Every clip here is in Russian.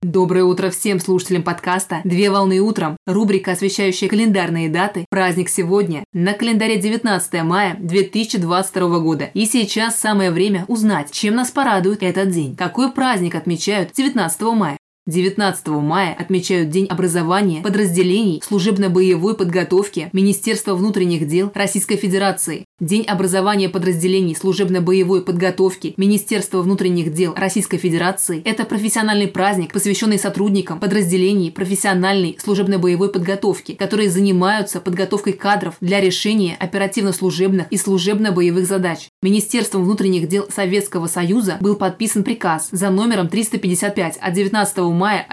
Доброе утро всем слушателям подкаста «Две волны утром». Рубрика, освещающая календарные даты. Праздник сегодня. На календаре 19 мая 2022 года. И сейчас самое время узнать, чем нас порадует этот день. Какой праздник отмечают 19 мая? 19 мая отмечают День образования подразделений служебно-боевой подготовки Министерства внутренних дел Российской Федерации. День образования подразделений служебно-боевой подготовки Министерства внутренних дел Российской Федерации – это профессиональный праздник, посвященный сотрудникам подразделений профессиональной служебно-боевой подготовки, которые занимаются подготовкой кадров для решения оперативно-служебных и служебно-боевых задач. Министерством внутренних дел Советского Союза был подписан приказ за номером 355 от 19 мая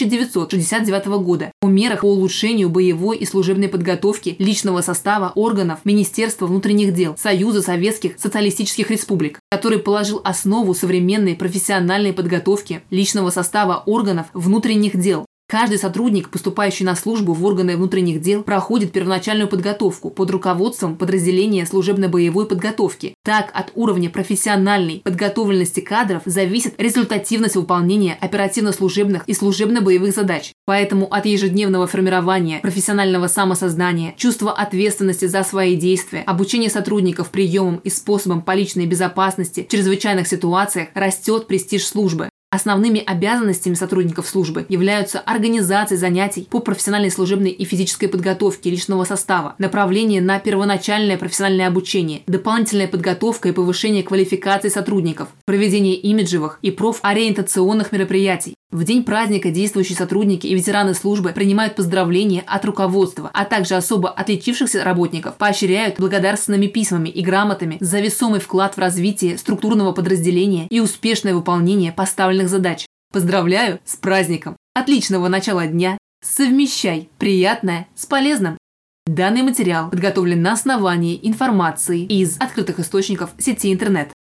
1969 года о мерах по улучшению боевой и служебной подготовки личного состава органов Министерства внутренних дел Союза Советских Социалистических Республик, который положил основу современной профессиональной подготовки личного состава органов внутренних дел. Каждый сотрудник, поступающий на службу в органы внутренних дел, проходит первоначальную подготовку под руководством подразделения служебно-боевой подготовки. Так, от уровня профессиональной подготовленности кадров зависит результативность выполнения оперативно-служебных и служебно-боевых задач. Поэтому от ежедневного формирования профессионального самосознания, чувства ответственности за свои действия, обучения сотрудников приемам и способам по личной безопасности в чрезвычайных ситуациях растет престиж службы. Основными обязанностями сотрудников службы являются организация занятий по профессиональной служебной и физической подготовке личного состава, направление на первоначальное профессиональное обучение, дополнительная подготовка и повышение квалификации сотрудников, проведение имиджевых и профориентационных мероприятий. В день праздника действующие сотрудники и ветераны службы принимают поздравления от руководства, а также особо отличившихся работников поощряют благодарственными письмами и грамотами за весомый вклад в развитие структурного подразделения и успешное выполнение поставленных задач. Поздравляю с праздником! Отличного начала дня! Совмещай приятное с полезным! Данный материал подготовлен на основании информации из открытых источников сети интернет.